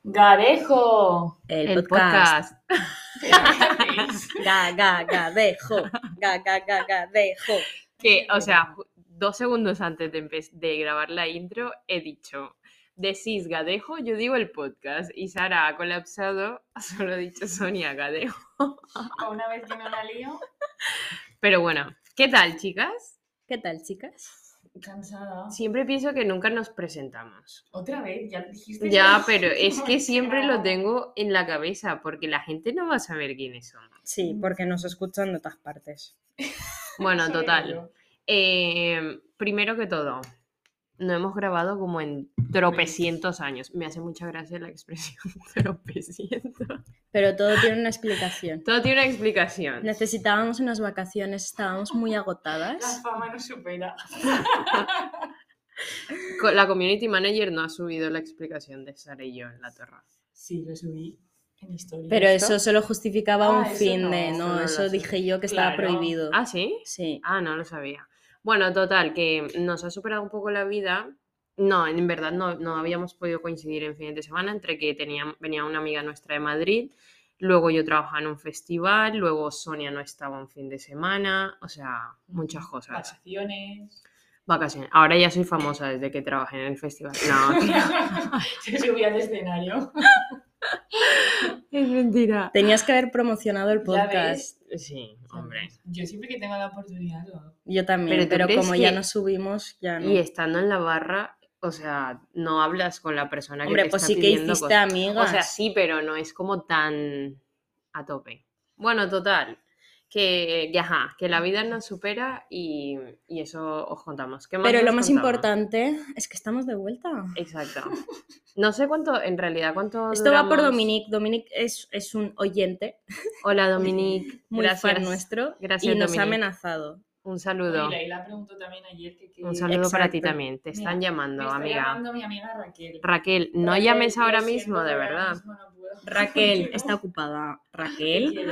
Gadejo. El podcast. Gadejo. Gadejo. Que, o sea, 2 segundos antes de grabar la intro he dicho, decís Gadejo, yo digo el podcast. Y Sara ha colapsado, solo ha dicho Sonia Gadejo. Una vez que no la lío. Pero bueno, ¿qué tal, chicas? ¿Qué tal, chicas? Cansada. Siempre pienso que nunca nos presentamos. Otra vez, ya dijiste. Ya, pero es que siempre lo tengo en la cabeza, porque la gente no va a saber quiénes somos. Sí, porque nos escuchan de todas partes. Bueno, Sobre total. ello. Primero que todo, no hemos grabado como en tropecientos años. Me hace mucha gracia la expresión tropecientos. Pero todo tiene una explicación. Todo tiene una explicación. Necesitábamos unas vacaciones, estábamos muy La agotadas. fama nos supera. La community manager no ha subido la explicación de Sara y yo en la torre. Sí, lo subí en historia. Pero eso solo justificaba un eso fin no, de, eso no, no eso lo sé. dije yo que estaba Claro. prohibido. ¿Ah, sí? Sí. Ah, no lo sabía. Bueno, total, que nos ha superado un poco la vida. No, en verdad no habíamos podido coincidir en fin de semana, entre que venía una amiga nuestra de Madrid, luego yo trabajaba en un festival, luego Sonia no estaba un fin de semana, o sea, muchas cosas. Vacaciones. Ahora ya soy famosa desde que trabajé en el festival. No, tío, Se subía al escenario. es mentira. Tenías que haber promocionado el Ya podcast. Sí, hombre. Yo siempre que tengo la oportunidad lo hago. Yo también, Pero ¿tú pero crees como ya que- no subimos, ya no. Y estando en la barra, o sea, no hablas con la persona que Hombre, te pues está sí que pidiendo hiciste cosas. amigas. O sea, sí, pero no es como tan a tope. Bueno, total, que la vida nos supera y eso os contamos. ¿Qué más Pero nos lo más contamos? importante es que estamos de vuelta. Exacto. No sé cuánto, en realidad, cuánto Esto va por duramos. Dominic. Dominic es un oyente Hola, Dominic. muy Gracias. fan nuestro Gracias, y nos ha Dominic. amenazado. Un saludo. Y Leila preguntó también ayer que Un saludo para ti Exacto. también. Te están Mira, llamando, me está amiga. llamando mi amiga Raquel. Raquel, no Raquel, llames lo ahora siento, mismo, de pero ahora verdad. mismo no puedo. Raquel está ocupada. Te Raquel. quiero.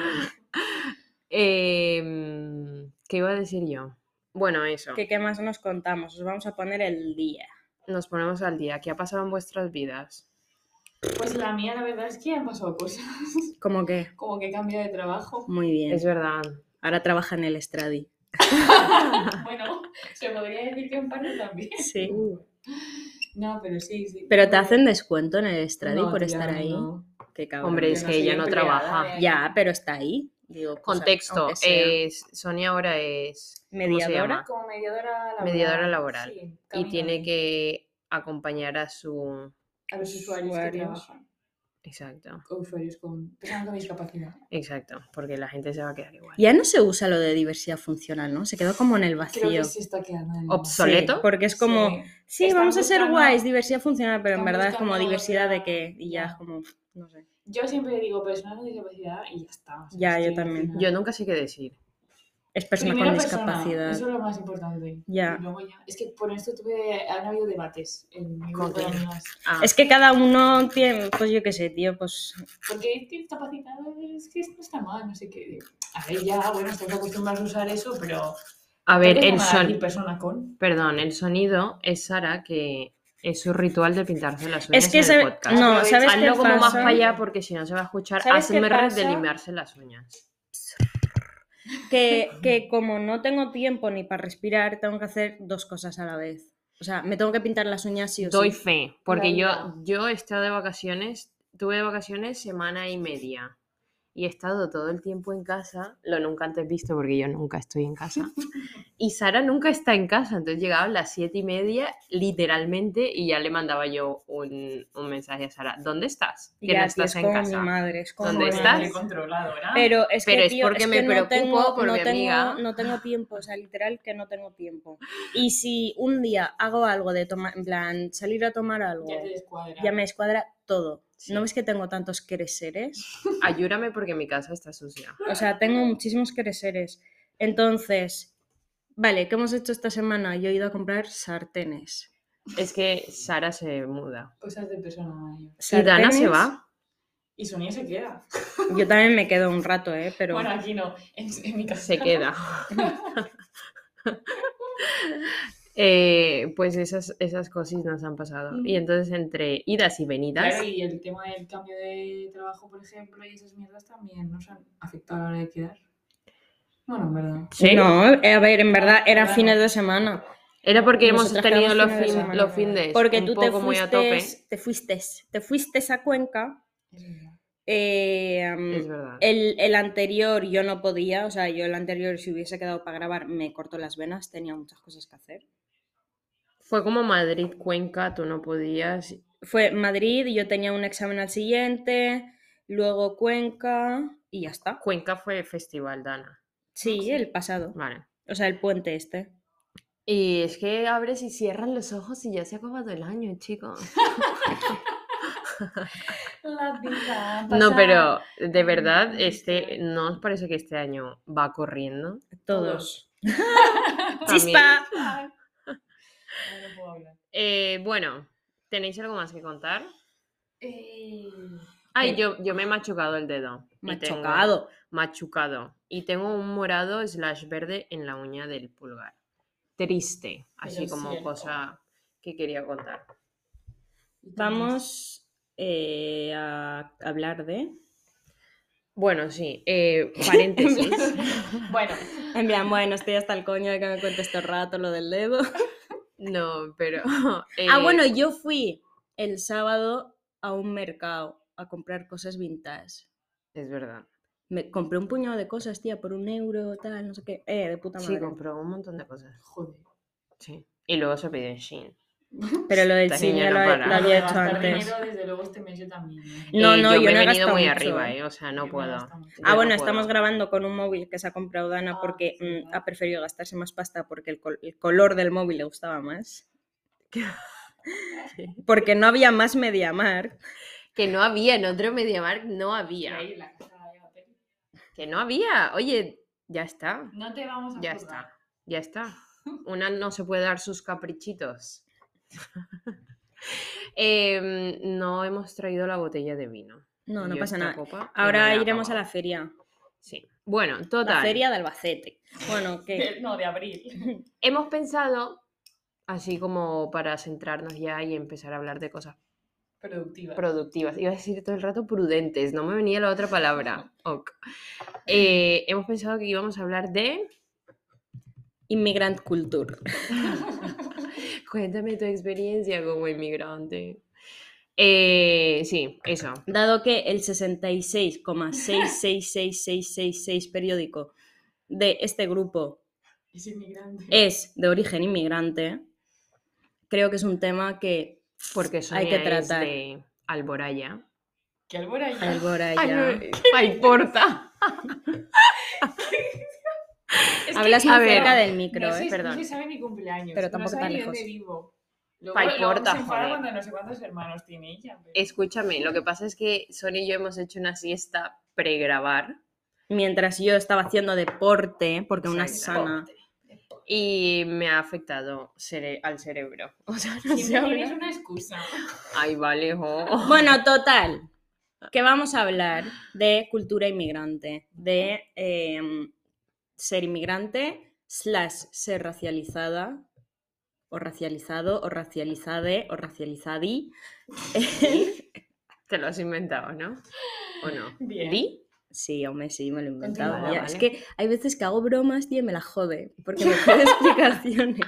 ¿Qué iba a decir yo? Bueno, eso. ¿Qué más nos contamos? Os vamos a poner el día. Nos ponemos al día. ¿Qué ha pasado en vuestras vidas? Pues la mía, la verdad es que han pasado cosas. ¿Cómo que? Como que he cambiado de trabajo. Muy bien. Es verdad. Ahora trabaja en el Estradi. Bueno, se podría decir que en parte también. Sí. No, pero sí. Pero te hacen descuento en el Estradi No, por tía, estar ahí. no. Qué cabrón. Hombre, es Yo que soy ella no empleada trabaja. de ahí. Ya, pero está ahí. Digo, pues, Contexto. aunque sea. Sonia ahora es... ¿cómo se Mediadora. llama? Como mediadora laboral. Mediadora laboral. Sí, Y camino tiene ahí. que acompañar a A los usuarios que Usuarios. trabajan. Exacto. O usuarios con personas con discapacidad. Exacto. Porque la gente se va a quedar igual. Ya no se usa lo de diversidad funcional, ¿no? Se quedó como en el Creo vacío. que se está quedando en el ¿Obsoleto? Sí, porque es como, sí, Están vamos a ser buscando- guays, diversidad funcional, pero en están verdad es como buscando diversidad de otra- que, y ya ya. es como, no sé. Yo siempre digo personas con discapacidad y ya está. O sea, Ya, es yo que también. al final- Yo nunca sé qué decir. Es persona Primero con persona, discapacidad. eso es lo más importante. Ya. Y luego ya. Es que por esto han habido debates en mi ¿Con grupo de quién? amigas. Ah, Es que cada uno tiene, pues yo qué sé, tío, pues Porque este discapacitado es que esto está mal, no sé qué. A ver, ya, bueno, estamos acostumbrados a usar eso, pero. a ver, ¿por qué el llamar aquí son... persona con? Perdón, el sonido es Sara, que es su ritual de pintarse las uñas es que en el podcast. no, Aprovecha. ¿sabes qué Hazlo como más pasa? para allá porque si no se va a escuchar ¿Sabes qué ASMR de pasa? limarse las uñas. Que como no tengo tiempo ni para respirar, tengo que hacer dos cosas a la vez. O sea, me tengo que pintar las uñas sí o Doy sí. fe, porque La yo, vida. yo he estado de vacaciones, tuve de vacaciones semana y media y he estado todo el tiempo en casa, lo nunca antes visto porque yo nunca estoy en casa, y Sara nunca está en casa, entonces llegaba a las 7:30 literalmente y ya le mandaba yo un mensaje a Sara, ¿dónde estás? Que Ya, no tío, estás es en como casa. mi madre, es como ¿Dónde mi estás? madre. Controladora. Pero es Pero que, es tío, porque es me que no preocupo tengo, por no mi tengo, amiga. no tengo tiempo, o sea, literal que no tengo tiempo. Y si un día hago algo de tomar, en plan, salir a tomar algo, Ya te descuadra. ya me escuadra todo. Sí. ¿No ves que tengo tantos quereseres? Ayúdame porque mi casa está sucia. O sea, tengo muchísimos quereseres. Entonces, vale, ¿qué hemos hecho esta semana? Yo he ido a comprar sartenes. Es que Sara se muda. Cosas de persona mayor. Y Dana se Sartenes, va. Y Sonia se queda. Yo también me quedo un rato, pero... Bueno, aquí no, en mi casa. Se queda. Pues esas cosas nos han pasado. Y entonces entre idas y venidas, Claro, y el tema del cambio de trabajo, por ejemplo, y esas mierdas también nos han afectado a la hora de quedar. Bueno, en verdad. ¿sí? No, a ver, en verdad eran Claro. fines de semana. Era porque hemos Nosotras tenido quedamos los, fines de semana. los findes Porque un tú te poco muy a tope. fuiste a Cuenca. Es verdad. Es verdad. El anterior yo no podía, o sea, yo el anterior si hubiese quedado para grabar me cortó las venas, tenía muchas cosas que hacer. Fue como Madrid-Cuenca, tú no podías. Fue Madrid, yo tenía un examen al siguiente, luego Cuenca y ya está. Cuenca fue festival, Dana. Sí, el pasado. Vale. O sea, el puente este. Y es que abres y cierran los ojos y ya se ha acabado el año, chicos. La vida No, pasa. pero de verdad, ¿no os parece que este año va corriendo? Todos. También. ¡Chispa! Ay, no puedo hablar. Bueno, ¿tenéis algo más que contar? Eh, Ay, yo me he machucado el dedo. y tengo- Machucado. Machucado. Y tengo un morado / verde en la uña del pulgar. Triste, así Pero como cierto. cosa que quería contar. Vamos a hablar de... Bueno, sí, paréntesis. Bueno, En plan, bueno, estoy hasta el coño de que me cuentes todo el rato lo del dedo. No, pero... Bueno, yo fui el sábado a un mercado a comprar cosas vintage. Es verdad. Me compré un puñado de cosas, tía, por €1, tal, no sé qué. De puta madre. Sí, compró un montón de cosas. joder. Sí. Y luego se pidió en Shein. Pero lo del Esta cine niña lo, no para. lo había hecho Gastar antes. dinero, desde luego, este mes yo también. No, yo me yo no he he venido gastado muy mucho, arriba, ¿eh? o sea, Yo no me he puedo. gastado mucho. Yo Bueno, no estamos puedo. grabando con un móvil que se ha comprado Dana Ah, porque sí, ¿verdad? ha preferido gastarse más pasta porque el color del móvil le gustaba más. Porque no había más MediaMarkt. Que no había, en otro MediaMarkt no Y había. ahí en la casa de la peli. Que no había. Oye, ya está. No te vamos a Ya juzgar. está. Ya está. Una no se puede dar sus caprichitos. No hemos traído la botella de vino. No, no Yo pasa esta nada. copa ya Ahora me la he iremos a la acabado. feria. Sí. Bueno, La total. feria de Albacete. Bueno, ¿qué? No, de abril. Hemos pensado, así como para centrarnos ya y empezar a hablar de cosas Productiva. productivas. Iba a decir todo el rato prudentes, no me venía la otra palabra. Ok. Hemos pensado que íbamos a hablar de... Immigrant Culture. Cuéntame tu experiencia como inmigrante. Sí, eso. Dado que el 66,666666 periódico de este grupo Es inmigrante. es de origen inmigrante, creo que es un tema que Porque hay que Sonia es tratar. de Alboraya. ¿Qué Alboraya? Alboraya. Ay, no, importa. Es que, Hablas a muy ver, cerca del micro, no, ¿eh? no se sabe mi cumpleaños. Pero No tampoco sabe tan ni lejos. dónde vivo. Luego, Pa' importa, se enfada joder. cuando no sé cuántos hermanos tiene ella. Pero... Escúchame, lo que pasa es que Sonia y yo hemos hecho una siesta pre-grabar Mientras yo estaba haciendo deporte, porque una Exacto. sana... y me ha afectado al cerebro. O sea, no sé Siempre tienes hablar. una excusa. Ay, vale, jo. Bueno, total, que vamos a hablar de cultura inmigrante, de ser inmigrante / ser racializada, o racializado, o racializade, o racializadi. Te lo has inventado, ¿no? ¿O no? Bien. ¿Di? Sí, hombre, sí, me lo he inventado. Continúa, ya. vale. Es que hay veces que hago bromas, tío, y me la jode, porque me pide explicaciones.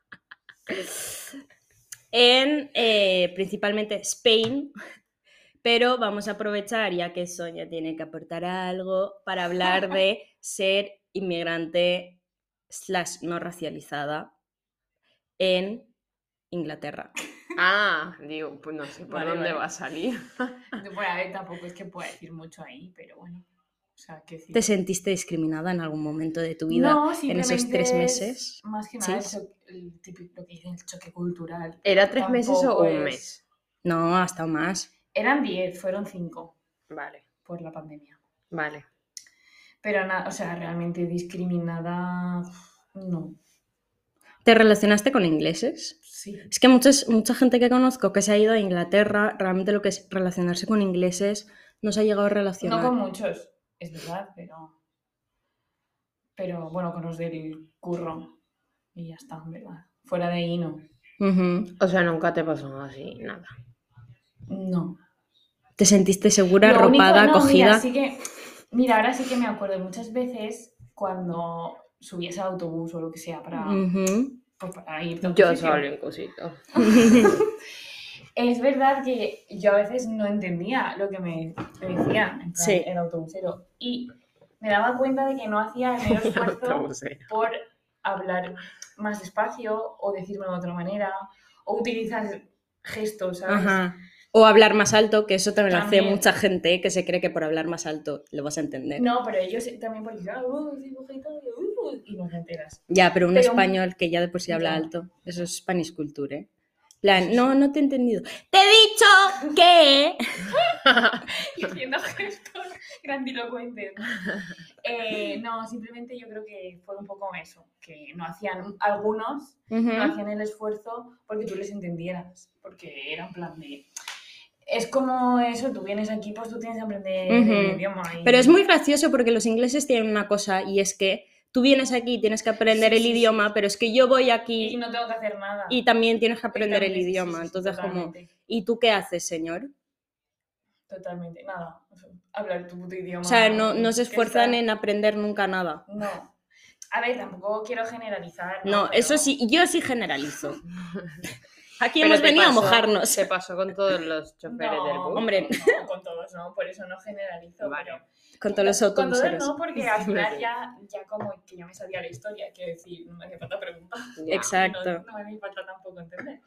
En principalmente Spain, pero vamos a aprovechar, ya que Sonia tiene que aportar algo, para hablar de ser inmigrante / no racializada en Inglaterra. Ah, digo, pues no sé por Vale, dónde vale. va a salir. Bueno, a ver, tampoco es que pueda decir mucho ahí, pero bueno. O sea, ¿qué decir? ¿Te sentiste discriminada en algún momento de tu vida No, en esos simplemente 3 es meses? más que nada ¿Sí? el típico, lo que dicen, el choque cultural. ¿Era 3 meses o Tampoco un es- mes? No, hasta más. Eran 10, fueron 5 Vale, por la pandemia. vale. Pero nada, o sea, realmente discriminada, no. ¿Te relacionaste con ingleses? Sí. Es que mucha gente que conozco que se ha ido a Inglaterra, realmente lo que es relacionarse con ingleses no se ha llegado a relacionar. No con muchos, es verdad, pero bueno, con los del curro. Y ya está, en verdad. Fuera de ahí no. Ujú. O sea, nunca te pasó así, nada. No. ¿Te sentiste segura, Lo único, arropada, no, acogida? mira, ahora sí que me acuerdo muchas veces cuando subías al autobús o lo que sea Ujú. pues para irte a otro Yo sitio. salí un cosito. Es verdad que yo a veces no entendía lo que me decían en plan, Sí. el autobusero y me daba cuenta de que no hacía el menor esfuerzo Autobusero. por hablar más despacio o decirme de otra manera o utilizar gestos, ¿sabes? Ajá. O hablar más alto, que eso también lo hace También. mucha gente que se cree que por hablar más alto lo vas a entender. No, pero ellos también por decir, y no te enteras. Ya, pero un Pero- español que ya de por sí habla Ya. alto, eso es Spanish culture, ¿eh? Plan, Eso sí. no te he entendido. ¡Te he dicho que! Y haciendo gestos grandilocuentes. No, simplemente yo creo que fue un poco eso, que no hacían, algunos no Ujú. hacían el esfuerzo porque tú les entendieras, porque era en plan de... Es como eso, tú vienes aquí, pues tú tienes que aprender el Ujú. idioma. Y... Pero es muy gracioso porque los ingleses tienen una cosa y es que tú vienes aquí y tienes que aprender Sí, el sí, idioma, sí. pero es que yo voy aquí Y no tengo que hacer nada. y también tienes que aprender el También, sí, idioma. sí, sí, Entonces, como, totalmente. ¿y tú qué haces, señor? Totalmente, nada. Hablar tu puto idioma. O sea, no se que esfuerzan está- en aprender nunca nada. No. A ver, tampoco quiero generalizar, ¿no? No, Pero- eso sí, yo sí generalizo. Aquí Pero hemos te venido a pasó- mojarnos. Te pasó con todos los choferes del bus. Hombre. No, con todos no, por eso no generalizo. Vale. Pero Con todos los con todos autobuseros. no, porque al Sí, final sí. ya como que ya me sabía la historia, quiero decir, no me hace falta preguntar. Ya. Exacto. No me hace falta tampoco entender.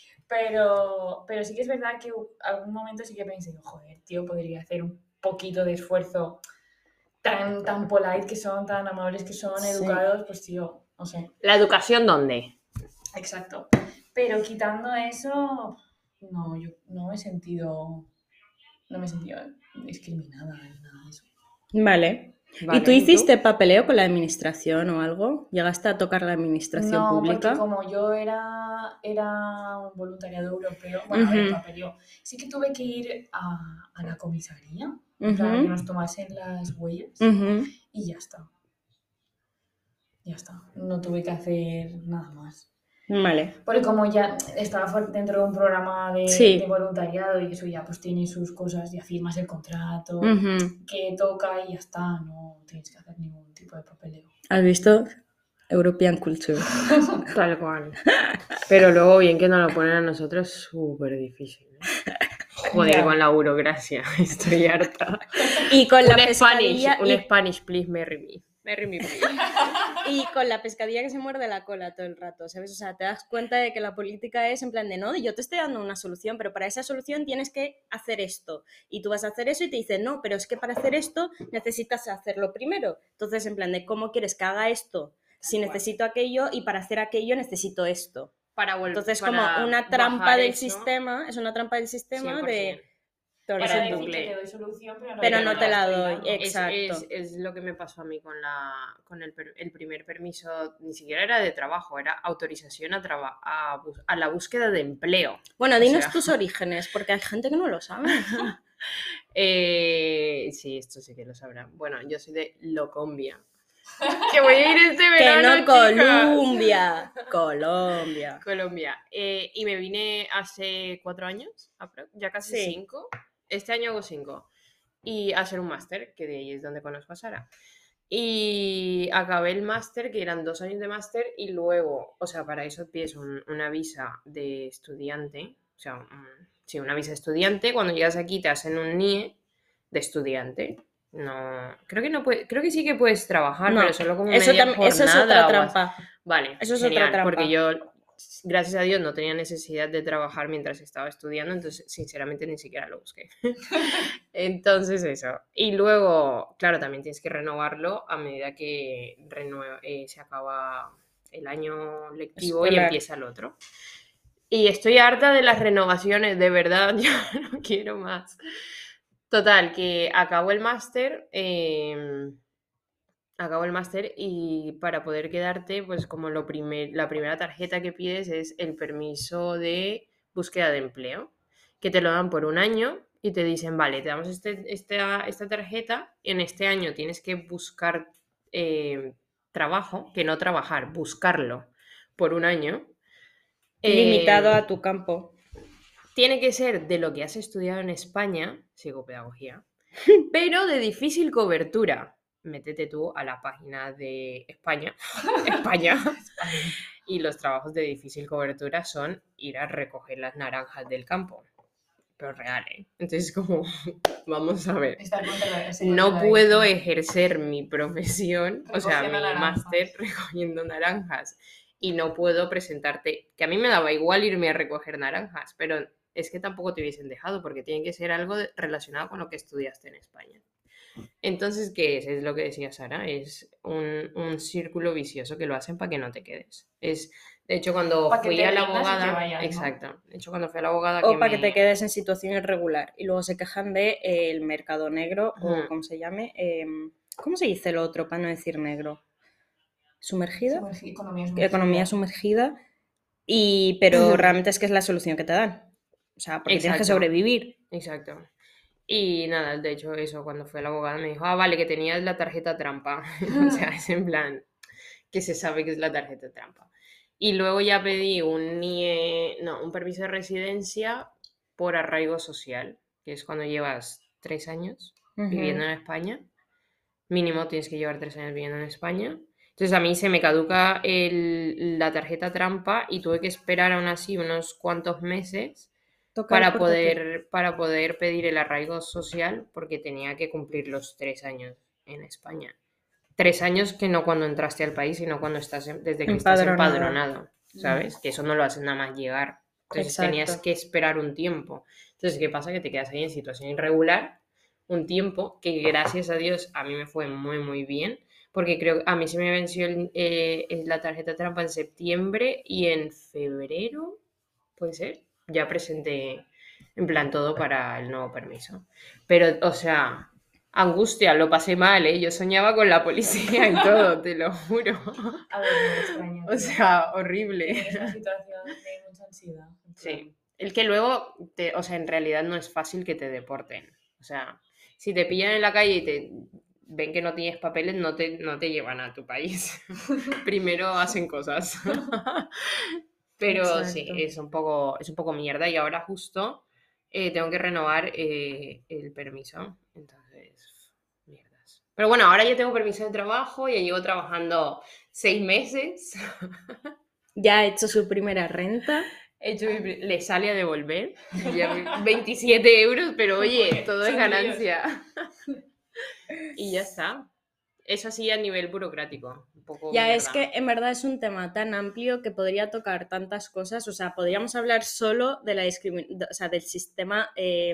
Pero sí que es verdad que algún momento sí que pensé, joder, tío, podría hacer un poquito de esfuerzo tan polite que son, tan amables que son, Sí. educados, pues tío, no sé. ¿La educación dónde? Exacto. Pero quitando eso, no, yo no me he sentido discriminada ni nada de eso. Vale. Vale, ¿Y tú hiciste papeleo con la administración o algo? ¿Llegaste a tocar la administración No, pública? porque como yo era un voluntariado europeo, bueno, a ver, Ujú. papeleo, sí que tuve que ir a la comisaría, en plan, Ujú. que nos tomasen las huellas Ujú. y ya está. Ya está. No tuve que hacer nada más. Vale. Porque como ya estaba dentro de un programa Sí. de voluntariado y eso ya pues tiene sus cosas, ya firmas el contrato, Ujú. que toca y ya está, no tienes que hacer ningún tipo de papeleo. ¿Has visto? European Culture. Tal cual. Pero luego bien que nos lo ponen a nosotros, súper difícil. ¿eh? Joder, Ya. con la burocracia. Estoy harta. Y con la Un pescadilla... Spanish, un Spanish, please, marry me. Marry me, please. Y con la pescadilla que se muerde la cola todo el rato, ¿sabes? O sea, te das cuenta de que la política es en plan de, no, yo te estoy dando una solución, pero para esa solución tienes que hacer esto. Y tú vas a hacer eso y te dicen, no, pero es que para hacer esto necesitas hacerlo primero. Entonces, en plan de, ¿cómo quieres que haga esto? Si necesito aquello y para hacer aquello necesito esto. Para volver. Entonces, como una trampa del sistema, es una trampa del sistema de... todo Para ese decir bucle. que te doy solución, Pero no te la estoy doy, dando. exacto. Es lo que me pasó a mí con el primer permiso, ni siquiera era de trabajo, era autorización a la búsqueda de empleo. Bueno, O dinos sea, tus orígenes, porque hay gente que no lo sabe. Sí, esto sí que lo sabrán. Bueno, yo soy de Locombia. Que voy a ir este Que verano, no chicas. Colombia. Colombia. Y me vine hace 4 años, ya casi Sí. 5. Este año hago 5. Y a hacer un máster, que de ahí es donde conozco a Sara. Y acabé el máster, que eran 2 años de máster, y luego, o sea, para eso pides una visa de estudiante, o sea, sí, una visa de estudiante. Cuando llegas aquí te hacen un NIE de estudiante. No, creo que no puede, creo que sí que puedes trabajar, No, pero solo como eso, media jornada. eso es otra trampa. Vale, Eso es genial, otra trampa. porque yo, gracias a Dios, no tenía necesidad de trabajar mientras estaba estudiando, entonces, sinceramente, ni siquiera lo busqué. Entonces, eso. Y luego, claro, también tienes que renovarlo a medida que se acaba el año lectivo Escolar. y empieza el otro. Y estoy harta de las renovaciones, de verdad, ya no quiero más. Total, que acabo el máster y para poder quedarte, pues como la primera tarjeta que pides es el permiso de búsqueda de empleo, que te lo dan por 1 año y te dicen, vale, te damos esta tarjeta, en este año tienes que buscar trabajo, que no trabajar, buscarlo por 1 año. Limitado a tu campo. Tiene que ser de lo que has estudiado en España, psicopedagogía, pero de difícil cobertura. Métete tú a la página de España, España, y los trabajos de difícil cobertura son ir a recoger las naranjas del campo. Pero real, ¿eh? Entonces, como, vamos a ver. No puedo ejercer mi profesión, o sea, mi máster recogiendo naranjas. Y no puedo presentarte, que a mí me daba igual irme a recoger naranjas, pero es que tampoco te hubiesen dejado, porque tiene que ser algo relacionado con lo que estudiaste en España. Entonces, ¿qué es? Es lo que decía Sara, es un círculo vicioso que lo hacen para que no te quedes. De hecho, cuando fui a la abogada, exacto. De hecho, cuando fui a la abogada, o para que te quedes en situación irregular y luego se quejan de el mercado negro o como se llame, ¿cómo se dice lo otro para no decir negro? ¿Sumergida? Economía sumergida. Pero realmente es que es la solución que te dan. O sea, porque tienes que sobrevivir. Exacto. Y nada, de hecho, eso, cuando fue a la abogada me dijo, vale, que tenías la tarjeta trampa. O sea, es en plan, que se sabe que es la tarjeta trampa. Y luego ya pedí un permiso de residencia por arraigo social, que es cuando llevas 3 años viviendo en España. Mínimo tienes que llevar 3 años viviendo en España. Entonces a mí se me caduca la tarjeta trampa y tuve que esperar aún así unos cuantos meses para poder pedir el arraigo social, porque tenía que cumplir los 3 años en España. 3 años que no cuando entraste al país, sino cuando desde que estás empadronado, ¿sabes? Que eso no lo hacen nada más llegar. Entonces tenías que esperar un tiempo. Entonces, ¿qué pasa? Que te quedas ahí en situación irregular un tiempo que, gracias a Dios, a mí me fue muy, muy bien, porque creo que a mí se me venció la tarjeta trampa en septiembre y en febrero, puede ser, ya presenté en plan todo para el nuevo permiso. Pero, o sea, angustia, lo pasé mal, ¿eh? Yo soñaba con la policía y todo, te lo juro. A ver, me extraña. O sea, horrible. Es una situación de mucha ansiedad. Sí. El que luego, o sea, en realidad no es fácil que te deporten. O sea, si te pillan en la calle y te ven que no tienes papeles, no te llevan a tu país. Primero hacen cosas. Pero exacto. Sí, es un poco mierda. Y ahora justo tengo que renovar el permiso. Entonces, mierdas. Pero bueno, ahora ya tengo permiso de trabajo, ya llevo trabajando 6 meses. Ya ha hecho su primera renta. Le sale a devolver 27 euros, pero oye, todo es ganancia. Y ya está. Eso así a nivel burocrático. Un poco ya, mierda. Es que en verdad es un tema tan amplio que podría tocar tantas cosas. O sea, podríamos hablar solo de del sistema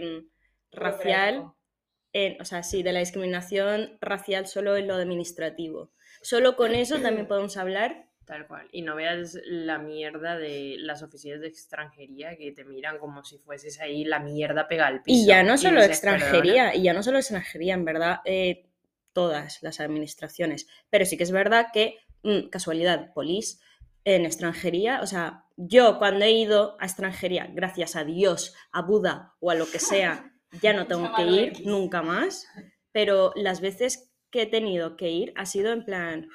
racial. O sea, sí, de la discriminación racial solo en lo administrativo. Solo con eso también podemos hablar. Tal cual. Y no veas la mierda de las oficinas de extranjería que te miran como si fueses ahí la mierda pega al piso. Y ya no solo extranjería, en verdad, todas las administraciones. Pero sí que es verdad que, casualidad, polis en extranjería, o sea, yo cuando he ido a extranjería, gracias a Dios, a Buda o a lo que sea, ya no tengo que ir nunca más. Pero las veces que he tenido que ir ha sido en plan...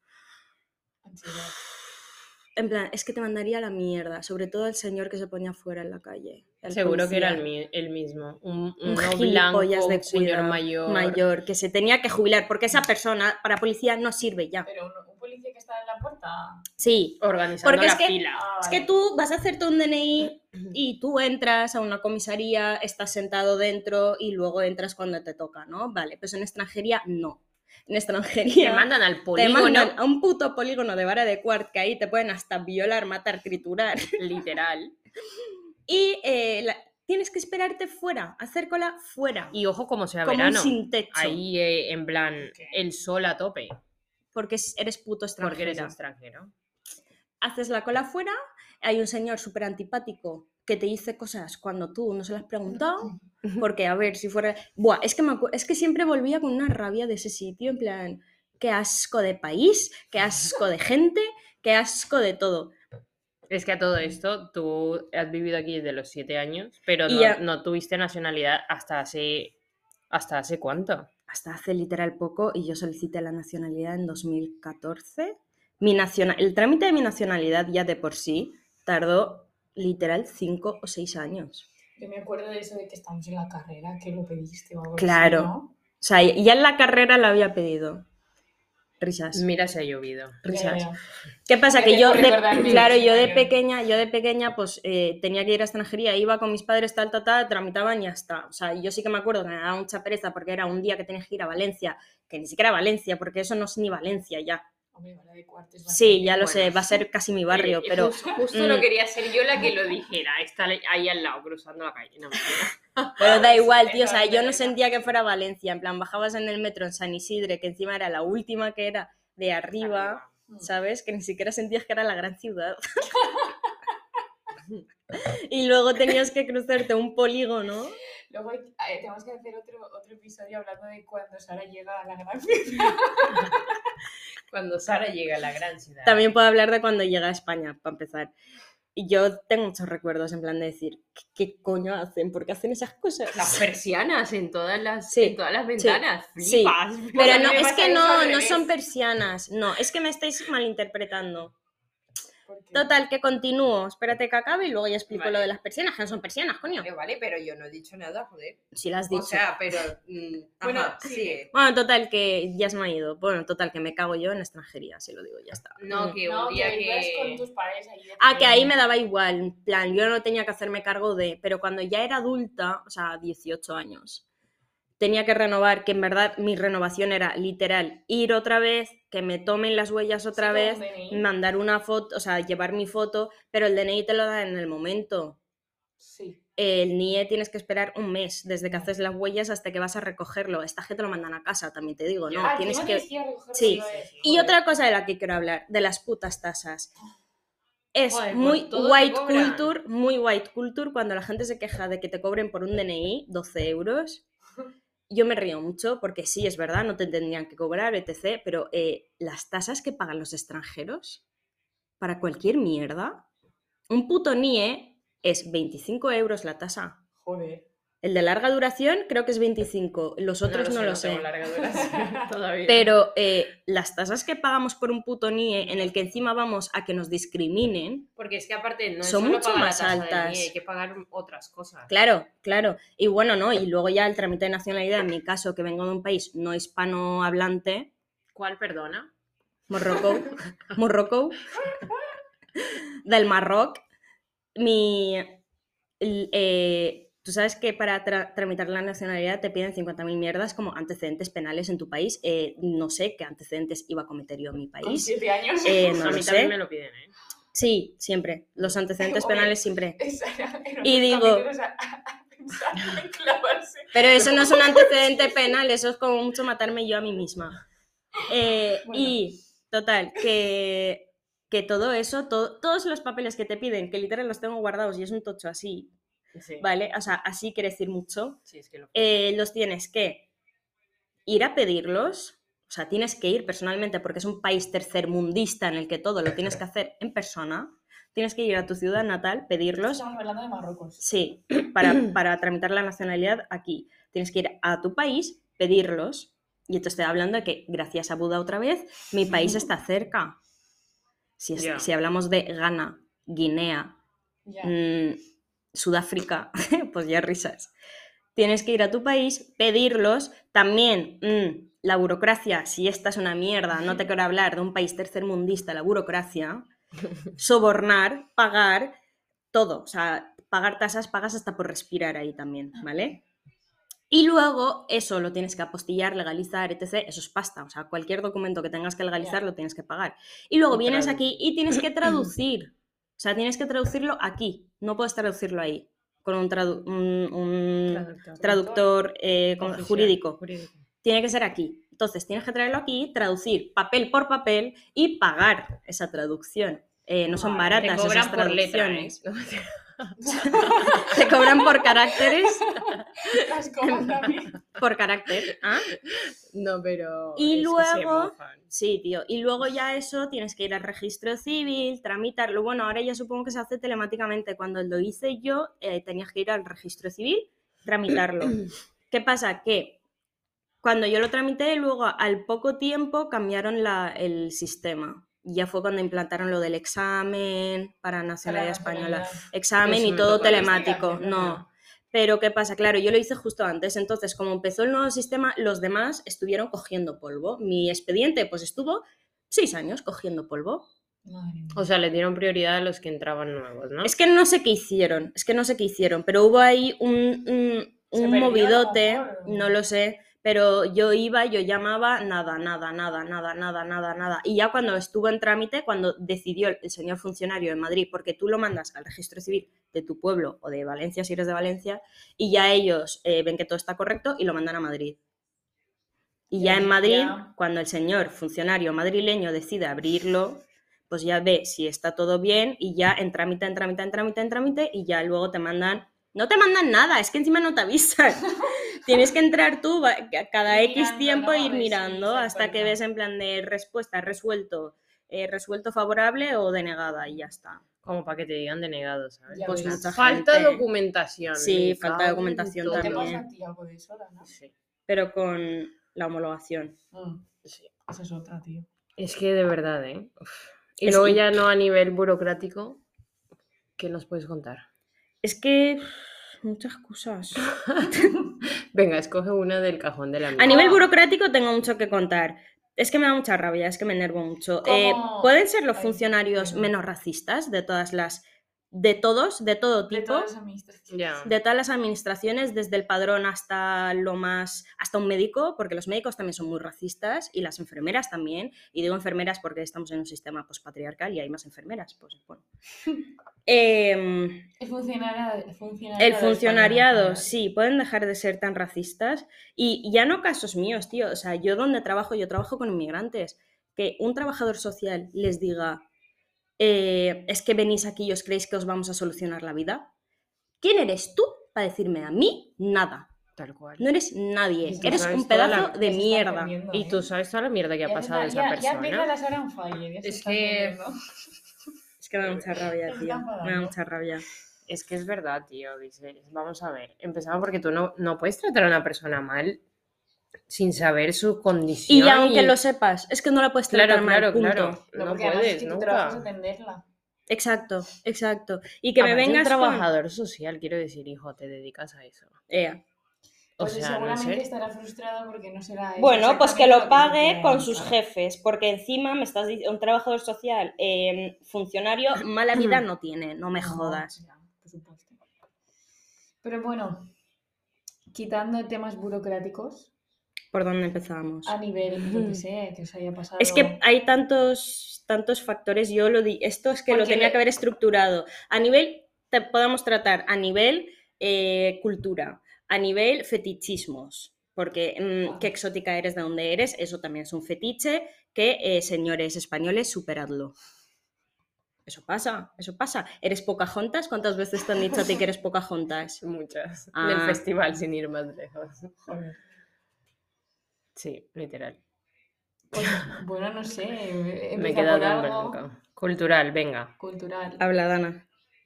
En plan, es que te mandaría a la mierda, sobre todo el señor que se ponía fuera en la calle. Seguro policía. Que era el mismo, un gilipollas blanco, de señor mayor que se tenía que jubilar, porque esa persona para policía no sirve ya. Pero un policía que está en la puerta. Sí, organizando porque la fila. Es que tú vas a hacerte un DNI y tú entras a una comisaría, estás sentado dentro y luego entras cuando te toca, ¿no? Vale, pues en extranjería no. En extranjería te mandan al polígono. Te mandan a un puto polígono de vara de Quart, que ahí te pueden hasta violar, matar, triturar. Literal. Y tienes que esperarte fuera, hacer cola fuera. Y ojo como sea como verano. Sin techo. Ahí en plan, el sol a tope. Porque eres puto extranjero. Porque eres extranjero. Haces la cola fuera, hay un señor súper antipático que te dice cosas cuando tú no se las has preguntado. Porque, a ver, si fuera... Buah, es que siempre volvía con una rabia de ese sitio, en plan, qué asco de país, qué asco de gente, qué asco de todo. Es que a todo esto, tú has vivido aquí desde los 7 años, pero no tuviste nacionalidad hasta hace ¿cuánto? Hasta hace literal poco, y yo solicité la nacionalidad en 2014. El trámite de mi nacionalidad ya de por sí tardó literal 5 o 6 años. Yo me acuerdo de eso de que estamos en la carrera, que lo pediste o algo Claro. así, ¿no? O sea, ya en la carrera la había pedido. Risas. Mira si ha llovido. Risas. Ya. ¿Qué pasa? Gracias Que yo, por recordarme claro, eso, yo de Marion. pequeña, pues tenía que ir a extranjería, iba con mis padres, tramitaban y ya está. O sea, yo sí que me acuerdo que me daba mucha pereza porque era un día que tenías que ir a Valencia, que ni siquiera Valencia, porque eso no es ni Valencia ya. Hombre, ahora de cuarto es Sí, ya lo Bueno, sé, va a ser casi mi barrio, Oye, pero... justo no quería ser yo la que lo dijera. Está ahí al lado, cruzando la calle. No, mentira. Pero da igual, tío, o Eso sea, es yo no verdad. sentía que fuera Valencia, en plan, bajabas en el metro en San Isidre, que encima era la última que era de arriba, ¿sabes? Que ni siquiera sentías que era la gran ciudad. Y luego tenías que cruzarte un polígono. Luego tenemos que hacer otro episodio hablando de cuando Sara llega a la gran ciudad. Cuando Sara llega a la gran ciudad. También puedo hablar de cuando llega a España, para empezar. Y yo tengo muchos recuerdos en plan de decir, ¿qué coño hacen? ¿Por qué hacen esas cosas? Las persianas en todas las, Sí, en todas las ventanas. sí. Flipas. Pero Pues a mí no, me es pasa que eso no, al no revés. son persianas. No, es que me estáis malinterpretando. ¿Por qué? Total, que continúo. Espérate que acabe y luego ya explico Vale. lo de las persianas, que no son persianas, coño. Vale, pero yo no he dicho nada, joder. Si lo has dicho. O sea, pero... Bueno, ajá, sí. sigue. Bueno, total, que ya se me ha ido. Bueno, total, que me cago yo en extranjería, si lo digo, ya está. No, que No, un día que ibas con que... tus padres ahí. de Ah, que ahí pequeña. me daba igual, en plan, yo no tenía que hacerme cargo de... Pero cuando ya era adulta, o sea, 18 años, tenía que renovar, que en verdad mi renovación era literal ir otra vez, que me tomen las huellas otra Sí, vez, como un DNI. mandar una foto, o sea, llevar mi foto, pero el DNI te lo dan en el momento. Sí. El NIE tienes que esperar un mes desde que haces las huellas hasta que vas a recogerlo. Esta gente te lo mandan a casa, también te digo, ¿no? Ah, Tienes encima que... tienes que ir a recogerlo, Sí. iba a decir, Y joder. otra cosa de la que quiero hablar, de las putas tasas. Es Joder, muy por todo te white cobran. culture cuando la gente se queja de que te cobren por un DNI 12 euros. Yo me río mucho porque sí, es verdad, no te tendrían que cobrar, etc. Pero las tasas que pagan los extranjeros para cualquier mierda, un puto NIE es 25 euros la tasa. Joder. El de larga duración creo que es 25, los otros no lo sé. tengo larga duración todavía. Pero las tasas que pagamos por un puto NIE en el que encima vamos a que nos discriminen, Porque es que aparte no es son solo mucho pagar más la tasa del altas. NIE, hay que pagar otras cosas. claro. Y bueno, ¿no? Y luego ya el trámite de nacionalidad, en mi caso, que vengo de un país no hispanohablante, ¿Cuál, perdona? Morroco, del Marroc, tú sabes que para tramitar la nacionalidad te piden 50.000 mierdas como antecedentes penales en tu país. No sé qué antecedentes iba a cometer yo en mi Con país. 7 años. No a lo mí sé. también me lo piden, ¿eh? Sí, siempre. Los antecedentes Hombre, penales siempre. Y digo- digo... pensar en clavarse. Pero eso no es un antecedente penal, eso es como mucho matarme yo a mí misma. Bueno. Y total, que todo eso, todos los papeles que te piden, que literal los tengo guardados y es un tocho así, Sí. ¿vale? O sea, así quiere decir mucho. Sí, es que lo... Los tienes que ir a pedirlos, o sea, tienes que ir personalmente porque es un país tercermundista en el que todo lo tienes que hacer en persona. Tienes que ir a tu ciudad natal, pedirlos. Estamos hablando de Marruecos. Sí, para tramitar la nacionalidad aquí. Tienes que ir a tu país, pedirlos. Y te estoy hablando de que, gracias a Buda otra vez, mi país está cerca. Ya. Si hablamos de Ghana, Guinea, Ya. Sudáfrica, pues ya risas. Tienes que ir a tu país, pedirlos. También la burocracia, si esta es una mierda, no te quiero hablar de un país tercermundista, la burocracia. Sobornar, pagar, todo. O sea, pagar tasas, pagas hasta por respirar ahí también, ¿vale? Y luego eso lo tienes que apostillar, legalizar, etc. Eso es pasta. O sea, cualquier documento que tengas que legalizar lo tienes que pagar. Y luego Y vienes traducir. aquí y tienes que traducir. O sea, tienes que traducirlo aquí. No puedes traducirlo ahí. Con un traductor Oficial, jurídico. Tiene que ser aquí. Entonces, tienes que traerlo aquí, traducir papel por papel y pagar esa traducción. No son Vale, Te baratas cobran esas por letra, traducciones. ¿eh? Te cobran por caracteres. Las comas también. Por carácter. ¿Ah? No, pero... Y es que se luego, mofan. sí, tío, y luego ya eso tienes que ir al registro civil, tramitarlo. Bueno, ahora ya supongo que se hace telemáticamente. Cuando lo hice yo, tenías que ir al registro civil, tramitarlo. ¿Qué pasa? Que cuando yo lo tramité, luego al poco tiempo cambiaron el sistema. Ya fue cuando implantaron lo del examen para nacionalidad española. nacionalidad. Examen Eso y me todo tocó a mí. telemático. Investigación, No. Pero ¿qué pasa? Claro, yo lo hice justo antes. Entonces, como empezó el nuevo sistema, los demás estuvieron cogiendo polvo. Mi expediente, pues estuvo 6 años cogiendo polvo. Madre mía. O sea, le dieron prioridad a los que entraban nuevos, ¿no? Es que no sé qué hicieron, pero hubo ahí un Se perdió a lo movidote, mejor, o- no lo sé, pero yo iba, yo llamaba, nada, nada, nada, nada, nada, nada, nada. Y ya cuando estuvo en trámite, cuando decidió el señor funcionario de Madrid, porque tú lo mandas al registro civil de tu pueblo o de Valencia, si eres de Valencia, y ya ellos ven que todo está correcto y lo mandan a Madrid. Y ya en Madrid, cuando el señor funcionario madrileño decide abrirlo, pues ya ve si está todo bien y ya en trámite, y ya luego te mandan... No te mandan nada, es que encima no te avisan. Tienes que entrar tú cada Ir X mirando, tiempo ¿no? e A ir ver si mirando se hasta que actualiza. ves en plan de respuesta, resuelto favorable o denegada y ya está. Como para que te digan denegado, ¿sabes? Ya Pues ves. mucha Falta gente. documentación. Sí, me falta cago en documentación todo. ¿Te también. pasa a ti algo de eso, Dana? Sí, Pero con la homologación. sí. Esa es otra, tío. Es que de verdad, ¿eh? Uf. Y Es luego que- ya no a nivel burocrático, ¿qué nos puedes contar? Es que muchas cosas. Venga, escoge una del cajón de la A mía. nivel burocrático tengo mucho que contar. Es que me da mucha rabia, es que me enervo mucho. ¿Cómo? ¿Pueden ser los Ay, funcionarios venga. menos racistas de todas las... de todos, de todo De tipo? todas las administraciones. Ya. De todas las administraciones, desde el padrón hasta lo más, hasta un médico, porque los médicos también son muy racistas y las enfermeras también. Y digo enfermeras porque estamos en un sistema pues, patriarcal y hay más enfermeras. Pues bueno. El funcionariado El de funcionariado, España, sí, pueden dejar de ser tan racistas. Y ya no casos míos, tío. O sea, yo donde trabajo, yo trabajo con inmigrantes. Que un trabajador social les diga, es que venís aquí y os creéis que os vamos a solucionar la vida. ¿Quién eres tú para decirme a mí nada? Tal cual. No eres nadie, Y tú eres sabes un toda pedazo la- de Ya se está mierda. entendiendo, Y tú sabes toda la mierda que ha pasado esa Ya empieza persona. la Sara on fire. Ya se Es está que- entendiendo. Es que me da mucha rabia, Está tío. enfadando. Me da mucha rabia. Es que es verdad, tío. Dices, vamos a ver. Empezamos porque tú no puedes tratar a una persona mal sin saber su condición. Y aunque lo sepas, es que no la puedes tratar Claro, mal, claro, punto. claro. No, No porque además es puedes, que tu trabajo es nunca. atenderla. Exacto, exacto. Y que me Aparte, vengas un con... trabajador social, quiero decir, hijo, te dedicas a eso. O Pues sea, no seguramente sé. estará frustrado porque no será eso Bueno, pues que exactamente lo se pague quiere con sus dedicar. jefes, porque encima me estás diciendo, un trabajador social, funcionario, mala vida no tiene, no me No, jodas. ya, por supuesto. Pero bueno, quitando temas burocráticos, ¿Por dónde empezamos? a nivel, yo que sé, que os haya pasado... Es que hay tantos factores, esto es que lo Porque tenía le- que haber estructurado. A nivel, podemos tratar a nivel cultura, a nivel fetichismos, porque qué exótica eres, de dónde eres, eso también es un fetiche que, señores españoles, superadlo. Eso pasa, eso pasa. ¿Eres Pocahontas? ¿Cuántas veces te han dicho a ti que eres Pocahontas? Muchas. Ah. Del festival, sin ir más lejos. Joder. Sí, literal. Pues, bueno, no sé, Me he empieza quedado por en algo blanco. Cultural, venga. cultural. Habla, Dana.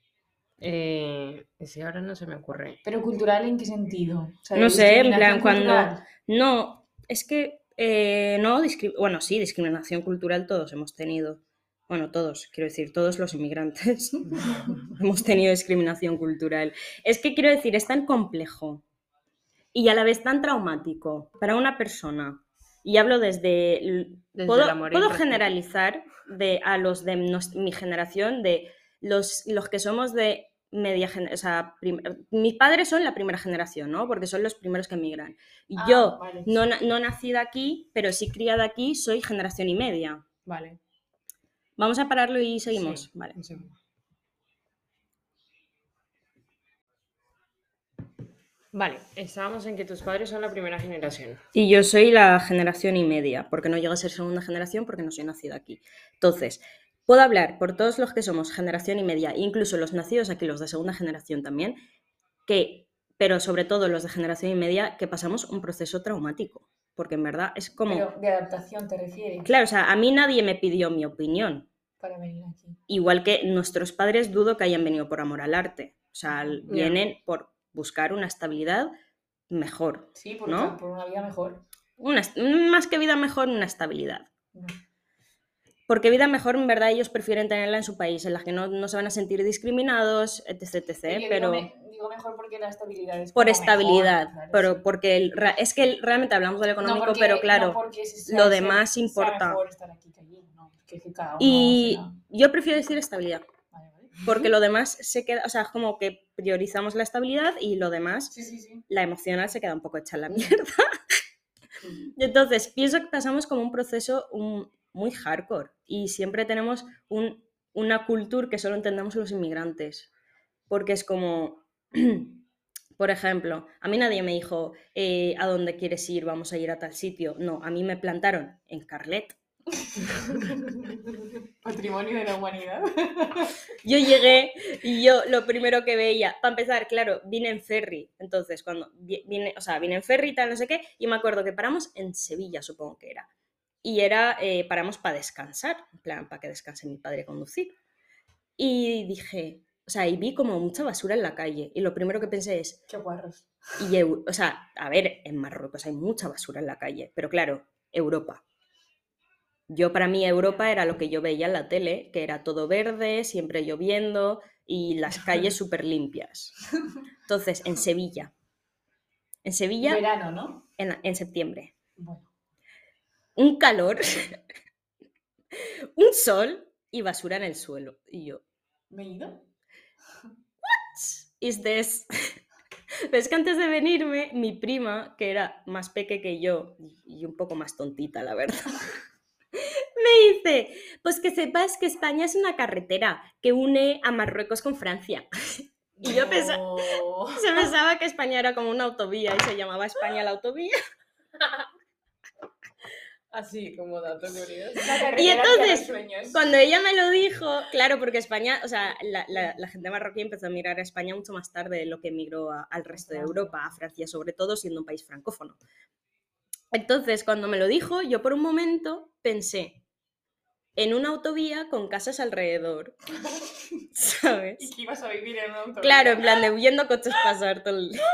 Si ahora no se me ocurre. ¿Pero cultural en qué sentido? O sea, No sé, en discriminación plan, cuando... cultural. No, es que no, bueno, sí, discriminación cultural todos hemos tenido. Bueno, todos, quiero decir, todos los inmigrantes hemos tenido discriminación cultural. Es que quiero decir, es tan complejo y a la vez tan traumático para una persona. Y hablo desde el puedo amor y el respeto. generalizar a los de mi generación, de los que somos de media generación, o sea, mis padres son la primera generación, ¿no? Porque son los primeros que emigran. Ah, Yo, vale. no nacida aquí, pero sí criada aquí, soy generación y media. Vale. Vamos a pararlo y seguimos. Sí, Vale. un segundo. Vale, estábamos en que tus padres son la primera generación. Y yo soy la generación y media, porque no llego a ser segunda generación porque no soy nacida aquí. Entonces, puedo hablar por todos los que somos generación y media, incluso los nacidos aquí, los de segunda generación también, pero sobre todo los de generación y media, que pasamos un proceso traumático. Porque en verdad es como... Pero de adaptación te refieres. Claro, o sea, a mí nadie me pidió mi opinión. Para venir aquí. Igual que nuestros padres dudo que hayan venido por amor al arte. O sea, vienen por buscar una estabilidad mejor. Sí, por, ¿no? por una vida mejor. Más que vida mejor, una estabilidad. No. Porque vida mejor, en verdad, ellos prefieren tenerla en su país, en la que no se van a sentir discriminados, etc, etc. Yo Pero digo mejor porque la estabilidad es por como estabilidad, mejor, claro, pero sí. porque es que realmente hablamos del económico, porque, pero claro, no porque lo demás sea importa. mejor estar aquí que allí, no, que cada uno Y será. yo prefiero decir estabilidad, Vale, vale. porque lo demás se queda, o sea, es como que priorizamos la estabilidad y lo demás, Sí. la emocional se queda un poco hecha en la mierda. Sí. Y entonces, pienso que pasamos como un proceso muy hardcore y siempre tenemos una cultura que solo entendemos los inmigrantes, porque es como, por ejemplo, a mí nadie me dijo ¿a dónde quieres ir? Vamos a ir a tal sitio. No, a mí me plantaron en Carlet. Patrimonio de la humanidad. Yo llegué y yo lo primero que veía, para empezar, claro, vine en ferry, entonces cuando vine en ferry y tal, no sé qué, y me acuerdo que paramos en Sevilla, supongo que era, y paramos para descansar, en plan, para que descanse mi padre conducir, y dije, o sea, y vi como mucha basura en la calle, y lo primero que pensé es, Qué guarros. o sea, a ver, en Marruecos hay mucha basura en la calle, pero claro, Europa. Para mí Europa era lo que yo veía en la tele, que era todo verde, siempre lloviendo y las calles súper limpias. Entonces, en Sevilla, Verano, ¿no? en septiembre, Bueno. un calor, un sol y basura en el suelo. Y yo, ¿Me he ido? is this? Pero es que antes de venirme, mi prima, que era más peque que yo y un poco más tontita, la verdad, me dice, pues que sepas que España es una carretera que une a Marruecos con Francia. Y yo se pensaba que España era como una autovía y se llamaba España la autovía. Así como dato curioso. Y entonces, cuando ella me lo dijo, claro, porque España, o sea, la gente marroquí empezó a mirar a España mucho más tarde de lo que emigró al resto de Europa, a Francia sobre todo, siendo un país francófono. Entonces, cuando me lo dijo, yo por un momento pensé en una autovía con casas alrededor, ¿sabes? ¿Y que ibas a vivir en una autovía? Claro, en plan de huyendo coches pasar todo el día.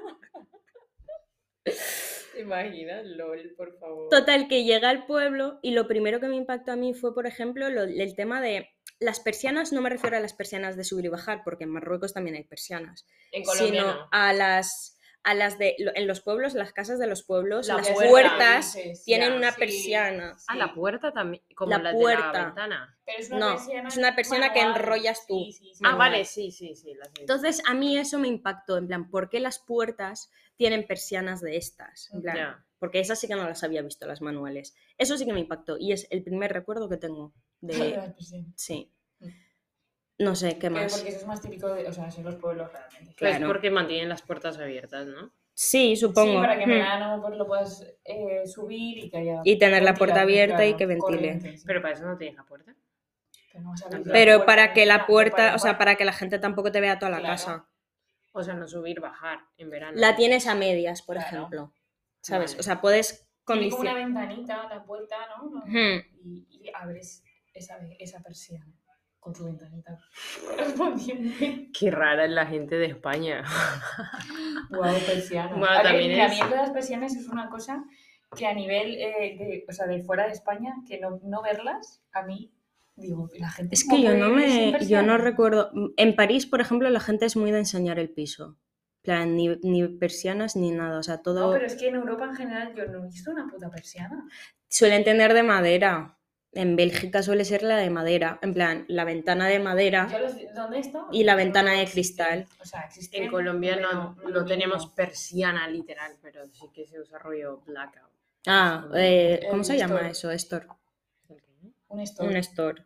¿Te imaginas? LOL, por favor. Total, que llegué al pueblo y lo primero que me impactó a mí fue, por ejemplo, el tema de las persianas. No me refiero a las persianas de subir y bajar, porque en Marruecos también hay persianas, En Colombia sino no. a las de en los pueblos, las casas de los pueblos, La las puerta, puertas dices, tienen ya, una sí, persiana. Ah, la puerta también, como La la de la puerta. ventana. Pero es una No, persiana es una persiana que manual. enrollas tú. Sí. Ah, manual. vale, sí, la sé. Entonces, a mí eso me impactó, en plan, ¿por qué las puertas tienen persianas de estas? En plan, Ya. porque esas sí que no las había visto, las manuales. Eso sí que me impactó y es el primer recuerdo que tengo De de... las persianas. Sí. No sé, ¿qué Pero más? porque eso es más típico de, o sea, en los pueblos realmente. Pues Claro. porque mantienen las puertas abiertas, ¿no? Sí, supongo. Sí, para que en verano pues, lo puedas subir y que haya Y tener la puerta ventilación, abierta y claro, que ventile. corriente, sí. Pero para eso no tienes la puerta. Pero no vas a abrir la Pero puerta para que la encima, puerta, o sea, para que la gente tampoco te vea toda la Claro. casa. O sea, no subir, bajar en verano. La tienes a medias, por Claro. ejemplo. ¿Sabes? Vale. O sea, puedes Tiene como una condicionar. ventanita, la puerta, ¿no? Ujú. Y abres esa persiana con tu ventanita correspondiente. Qué rara es la gente de España. Guau, persiana. Bueno, A ver, también mira, a es- mí esto de las persianas es una cosa que a nivel o sea, de fuera de España, que no verlas, a mí, digo, la gente Es cómo que yo puede no vivir sin yo no persianas. recuerdo. En París, por ejemplo, la gente es muy de enseñar el piso. En plan, ni persianas ni nada. O sea, No, todo pero es que en Europa en general yo no he visto una puta persiana. suelen tener de madera. En Bélgica suele ser la de madera. En plan, la ventana de madera. ¿Dónde está? Y la ventana de existe. cristal. O sea, existe. En Colombia pero no tenemos mínimo. persiana literal, pero sí que se usa rollo blackout. Ah, ¿cómo se El llama store. eso? Store. Un store. Un store.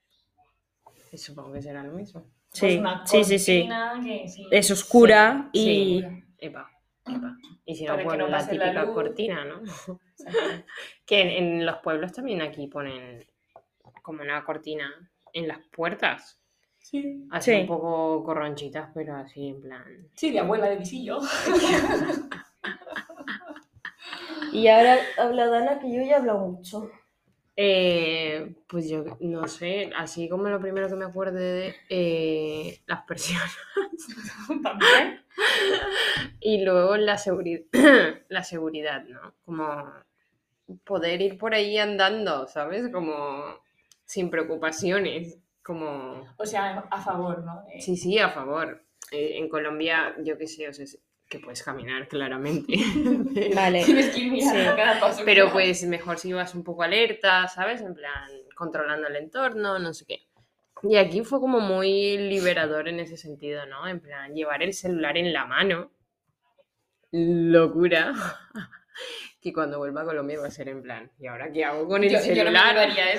Y supongo que será lo mismo. Pues Sí, una sí. cortina que sí. Es oscura Sí, y... sí. Epa. Y si no, Para que ponen no la pase la típica luz. cortina, ¿no? Exacto. Que en los pueblos también aquí ponen como una cortina en las puertas. Sí. Así Sí. un poco corronchitas, pero así en plan... Sí, de abuela de visillo. Y ahora habla Dana, que yo ya he hablado mucho. Pues yo no sé, así como lo primero que me acuerdo de las persianas. También. Y luego la seguridad, la seguridad, ¿no? Como poder ir por ahí andando, ¿sabes? Como sin preocupaciones, como... O sea, a favor, ¿no? Sí, a favor. En Colombia, yo qué sé, o sea, que puedes caminar claramente. Vale. Tienes que ir mirando Sí. cada paso. Pero que pues mejor si vas un poco alerta, ¿sabes? En plan, controlando el entorno, no sé qué. Y aquí fue como muy liberador en ese sentido, ¿no? En plan, llevar el celular en la mano. Locura. Que cuando vuelva a Colombia va a ser en plan, ¿y ahora qué hago con el Yo no me celular? llevaría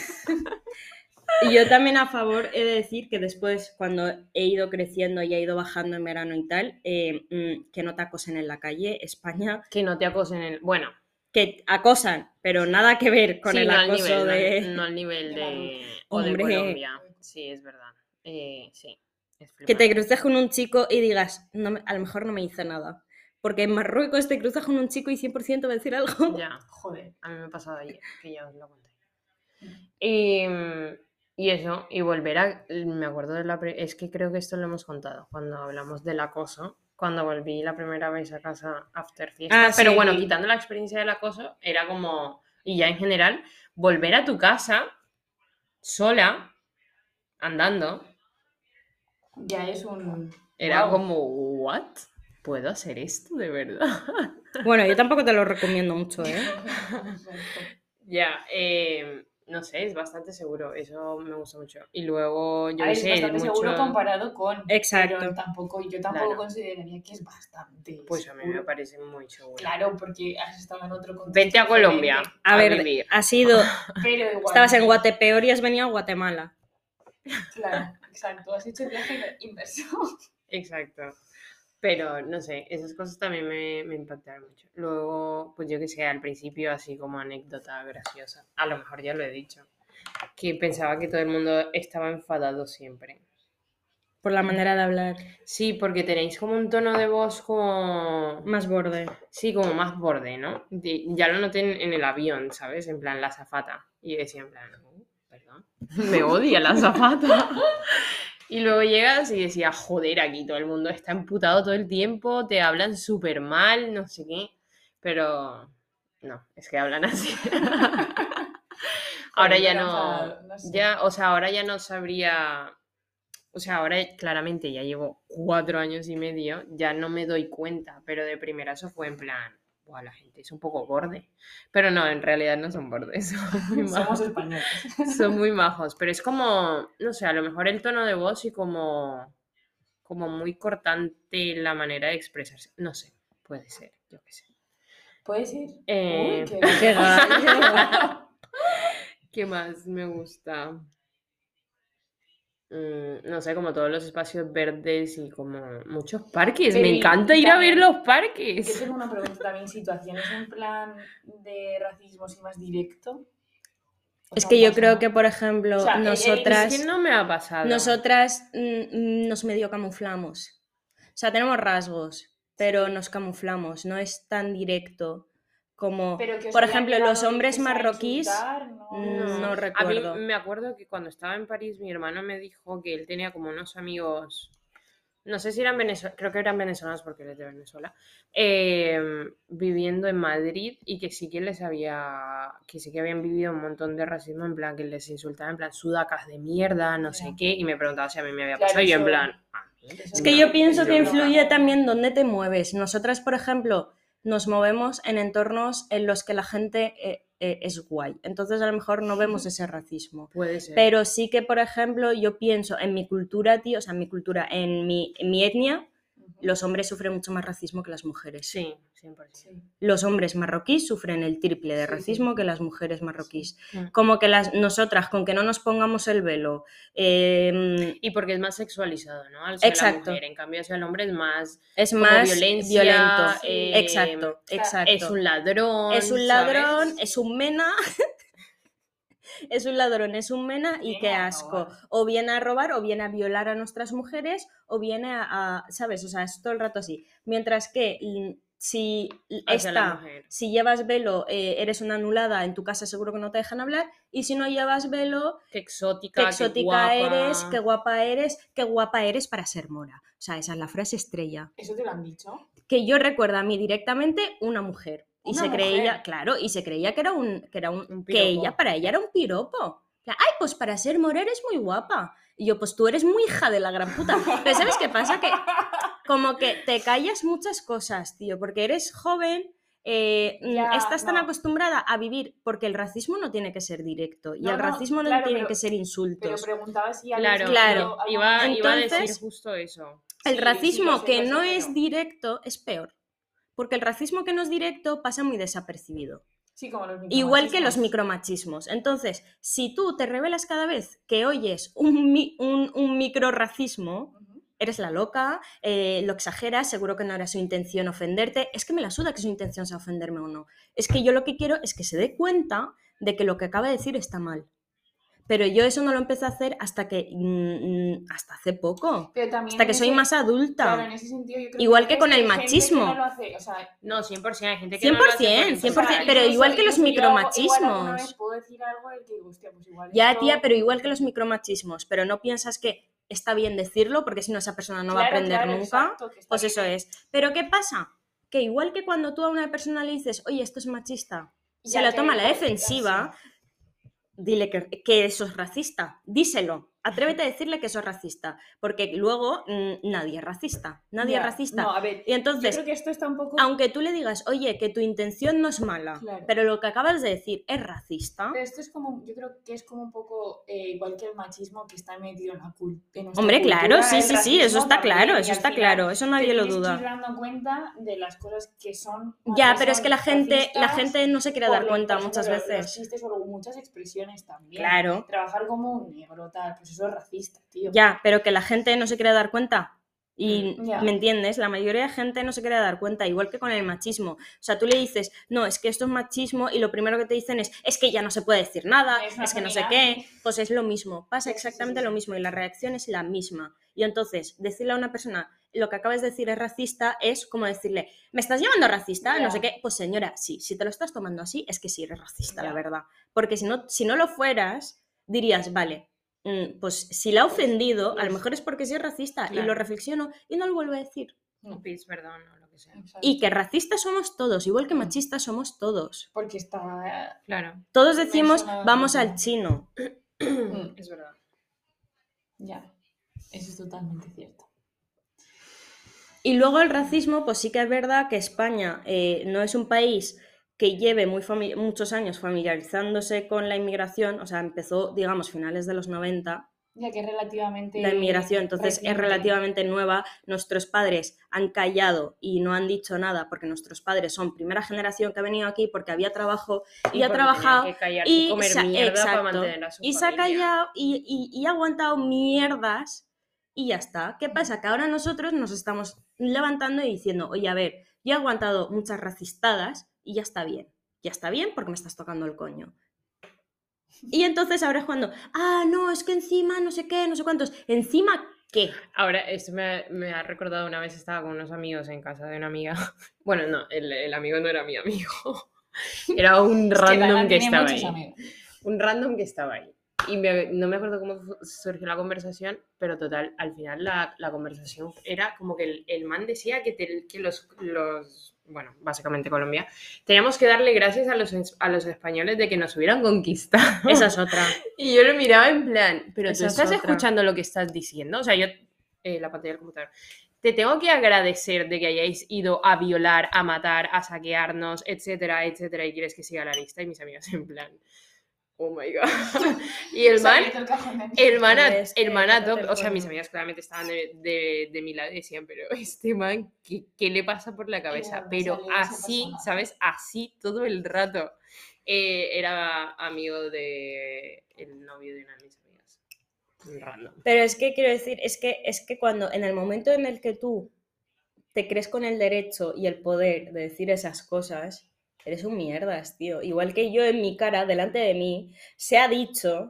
Y yo también a favor he de decir que después, cuando he ido creciendo y he ido bajando en verano y tal, que no te acosen en la calle. España, Que no te acosen en... Bueno, que acosan, pero nada que ver con sí, el no al acoso nivel, de... no al nivel de de... Marruecos. O de Hombre. Colombia. Sí, es verdad. Sí, es Que te flipante. cruces con un chico y digas, a lo mejor no me hizo nada. Porque en Marruecos te cruzas con un chico y 100% va a decir algo. Ya, Joder. a mí me ha pasado ayer, que ya os lo conté. Y, y eso, y volver a... Me acuerdo de la... Es que creo que esto lo hemos contado cuando hablamos del acoso. Cuando volví la primera vez a casa after fiesta. Ah, Pero sí. bueno, quitando la experiencia del acoso, era como... Y ya en general, volver a tu casa sola, andando, Ya es un... era Guau. como, ¿what? ¿Puedo hacer esto de verdad? Bueno, yo tampoco te lo recomiendo mucho, ¿eh? Ya, no sé, es bastante seguro, eso me gusta mucho. Y luego, yo A qué ver, es sé, bastante mucho... seguro comparado con... Exacto. Pero tampoco, yo tampoco Claro. consideraría que es bastante Pues a mí me seguro. parece muy seguro. Claro, porque has estado en otro contexto. Vente a Colombia diferente. A ver, vivir. ha sido... Pero igual. Estabas en Guatepeor y has venido a Guatemala. Claro, exacto. Has hecho el viaje inverso. Exacto. Pero no sé, esas cosas también me impactaron mucho. Luego, pues yo que sé, al principio, así como anécdota graciosa, a lo mejor ya lo he dicho, que pensaba que todo el mundo estaba enfadado siempre. Por la manera de hablar. Sí, porque tenéis como un tono de voz como... Más borde. Sí, como más borde, ¿no? Ya lo noté en el avión, ¿sabes? En plan, la azafata. Y decía en plan, perdón, me odia la azafata. Y luego llegas y decía, joder, aquí todo el mundo está emputado todo el tiempo, te hablan súper mal, no sé qué. Pero no, es que hablan así. Ahora ya no, sé. ya, o sea, ahora ya no sabría, o sea, ahora claramente ya llevo 4 años y medio, ya no me doy cuenta, pero de primera eso fue en plan, buah, la gente es un poco borde. Pero no, en realidad no son bordes, son muy majos. Somos españoles. Son muy majos, pero es como, no sé, a lo mejor el tono de voz y como muy cortante la manera de expresarse. No sé, puede ser, yo qué sé. ¿Puede ser? Eh, Uy, Qué gallo. ¿Qué más me gusta? No sé, como todos los espacios verdes y como muchos parques. Pero Me y encanta ir a ver también- los Yo parques. tengo una pregunta también, situaciones en plan de racismo así más directo. Es que yo creo que, por ejemplo, O sea, nosotras... Es que no me ha pasado. Nosotras nos medio camuflamos. O sea, tenemos rasgos, pero Sí. nos camuflamos. No es tan directo como... Pero que os Por haya ejemplo, llegado, los yo hombres que sé, a marroquíes... insultar, No A recuerdo. mí me acuerdo que cuando estaba en París, mi hermano me dijo que él tenía como unos amigos, no sé si eran venezolanos, creo que eran venezolanos porque él es de Venezuela, viviendo en Madrid y que sí que que sí que habían vivido un montón de racismo, en plan que les insultaban, en plan sudacas de mierda, no sé Ya. qué, y me preguntaba si a mí me había Claro, pasado y yo en eso- plan... Es que yo pienso que no. influye también dónde te mueves. Nosotras, por ejemplo, nos movemos en entornos en los que la gente es guay. Entonces, a lo mejor no vemos ese racismo. Puede ser. Pero sí que, por ejemplo, yo pienso en mi cultura, tío, o sea, en mi cultura, en mi etnia, los hombres sufren mucho más racismo que las mujeres. Sí, 100%. Sí. Los hombres marroquíes sufren el triple de Sí, racismo sí. que las mujeres marroquíes. Sí. Como que nosotras, con que no nos pongamos el velo, Y porque es más sexualizado, ¿no? Al ser Exacto. la mujer. En cambio, hacia el hombre es más... es como más violencia, violento. Sí. Exacto, exacto. Es un ladrón. Es un ¿sabes? ladrón, es un mena. Es un ladrón, es un mena y Viene qué a asco. robar. O viene a robar, o viene a violar a nuestras mujeres, o viene ¿sabes? O sea, es todo el rato así. Mientras que si Hacia la mujer. si llevas velo, eres una anulada, en tu casa seguro que no te dejan hablar, y si no llevas velo, Qué exótica, qué exótica guapa. eres, qué guapa eres para ser mora. O sea, esa es la frase estrella. ¿Eso te lo han dicho? Que yo recuerdo a mí directamente una mujer. Y ¿Una se creía, mujer? claro, y se creía que era un Un que piropo. ella, para ella era un piropo. Ay, pues para ser mora eres muy guapa. Y yo, pues tú eres muy hija de la gran puta. Pero ¿sabes qué pasa? Que como que te callas muchas cosas, tío, porque eres joven, estás tan acostumbrada a vivir, porque el racismo no tiene que ser directo y el racismo no tiene que ser insultos. Pero preguntaba si Claro, iba a decir Entonces, justo eso. el racismo lo sé, que no pero- es directo es peor, porque el racismo que no es directo pasa muy desapercibido. Sí, como los Igual que los micromachismos. micromachismos. Entonces, si tú te revelas cada vez que oyes un microracismo, Ujú. eres la loca, lo exageras, seguro que no era su intención ofenderte. Es que me la suda que su intención sea ofenderme o no. Es que yo lo que quiero es que se dé cuenta de que lo que acaba de decir está mal. Pero yo eso no lo empecé a hacer hasta que hasta hace poco. Pero también Hasta que soy más adulta. Claro, en ese sentido yo creo Igual que es con el hay gente machismo. que no lo hace, o sea, No, 100%, hay gente que no lo hace por 100%, o sea, 100%, pero incluso- igual que los incluso yo igual alguna micromachismos. vez puedo decir algo del que digo, hostia, pues igual Ya, esto- tía, pero igual que los micromachismos, pero no piensas que está bien decirlo porque si no esa persona no va a Claro, aprender claro, nunca, exacto, que está pues bien. eso es. Pero ¿qué pasa? Que igual que cuando tú a una persona le dices, oye, esto es machista, se Ya lo que toma a la igual, defensiva, dile que eso es racista, díselo. Atrévete a decirle que eso es racista, porque luego nadie es racista, nadie Ya, es racista. No, a ver, Y entonces, yo creo que esto está un poco... aunque tú le digas, oye, que tu intención no es mala, Claro. pero lo que acabas de decir es racista, Pero esto es como, yo creo que es como un poco igual que el machismo que está metido en la cultura. hombre, claro, sí, eso está claro, eso nadie lo Tienes que ir duda. dando cuenta de las cosas que son... Ya, que pero es son que la gente racistas, no se quiere por dar lo- cuenta por ejemplo, muchas los veces. chistes o muchas expresiones también. Claro. Trabajar como un negro, tal, pues eso es racista, tío. Ya, pero que la gente no se quiere dar cuenta. Y, Ya. ¿me entiendes? La mayoría de gente no se quiere dar cuenta, igual que con el machismo. O sea, tú le dices, no, es que esto es machismo, y lo primero que te dicen es que ya no se puede decir nada, Es una es que no sé feminazi. qué. Pues es lo mismo, pasa Sí, sí, sí, exactamente sí, lo sí. mismo, y la reacción es la misma. Y entonces, decirle a una persona, lo que acabas de decir es racista, es como decirle, ¿me estás llamando racista? Ya. No sé qué. Pues señora, sí, si te lo estás tomando así, es que sí eres racista, Ya. la verdad. Porque si no lo fueras, dirías, vale, pues si la ha ofendido, a lo Pues, mejor es porque sí es racista, y claro. lo reflexiono y no lo vuelvo a decir. O pides perdón o lo que sea. Exacto. Y que racistas somos todos, igual que machistas somos todos. Porque está... Claro, Todos decimos, Eso no- vamos al chino. es verdad. Ya, eso es totalmente cierto. Y luego el racismo, pues sí que es verdad que España no es un país que lleve muchos años familiarizándose con la inmigración, o sea, empezó, digamos, finales de los 90, Ya que es relativamente... la inmigración, entonces es reciente. relativamente nueva. Nuestros padres han callado y no han dicho nada porque nuestros padres son primera generación que ha venido aquí porque había trabajo y ha porque trabajado tenían que callarse y comer mierda para exacto, mantener a su y se ha familia. callado y ha aguantado mierdas y ya está. ¿Qué pasa? Que ahora nosotros nos estamos levantando y diciendo, oye, a ver, yo he aguantado muchas racistadas y ya está bien porque me estás tocando el coño. Y entonces ahora es cuando, no, es que encima no sé qué, no sé cuántos. ¿Encima qué? Ahora, esto me ha recordado una vez estaba con unos amigos en casa de una amiga. Bueno, no, el amigo no era mi amigo. Era un Es que random Dana que tiene estaba muchos ahí. amigos. Un random que estaba ahí. Y no me acuerdo cómo surgió la conversación, pero total, al final la conversación era como que el man decía que los, bueno, básicamente Colombia, teníamos que darle gracias a los españoles de que nos hubieran conquistado. Esa es otra. Y yo lo miraba en plan, pero Esa tú es estás otra. escuchando lo que estás diciendo. O sea, yo, la pantalla del computador. Te tengo que agradecer de que hayáis ido a violar, a matar, a saquearnos, etcétera, etcétera, y quieres que siga la lista. Y mis amigos en plan, oh my god. Y el Se ha man, abierto el cajón de el man Es que a tócate top, el o sea, mis coño. amigas claramente estaban de mi lado y decían, pero este man, ¿qué le pasa por la cabeza? dónde Pero sale esa así, persona? ¿sabes? Así todo el rato. Era amigo de el novio de una de mis amigas. Random. Pero es que quiero decir, es que cuando, en el momento en el que tú te crees con el derecho y el poder de decir esas cosas, eres un mierdas, tío. Igual que yo en mi cara, delante de mí, se ha dicho,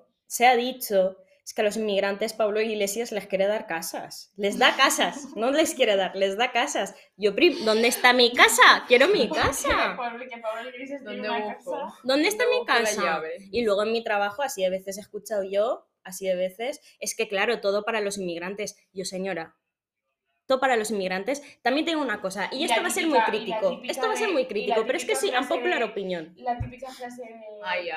es que a los inmigrantes Pablo Iglesias les quiere dar casas. Les da casas, no les quiere dar, les da casas. Yo, ¿dónde está mi casa? Quiero mi casa. Porque Pablo Iglesias tiene ¿Dónde una busco? casa. ¿Dónde está mi busco la casa? llave? Y luego en mi trabajo, así de veces he escuchado yo, así de veces, es que claro, todo para los inmigrantes. Yo, señora, todo para los inmigrantes. También tengo una cosa, y esto va a ser muy crítico. Esto va a ser muy crítico, pero es que sí, unpopular opinion. La típica frase de... Ay.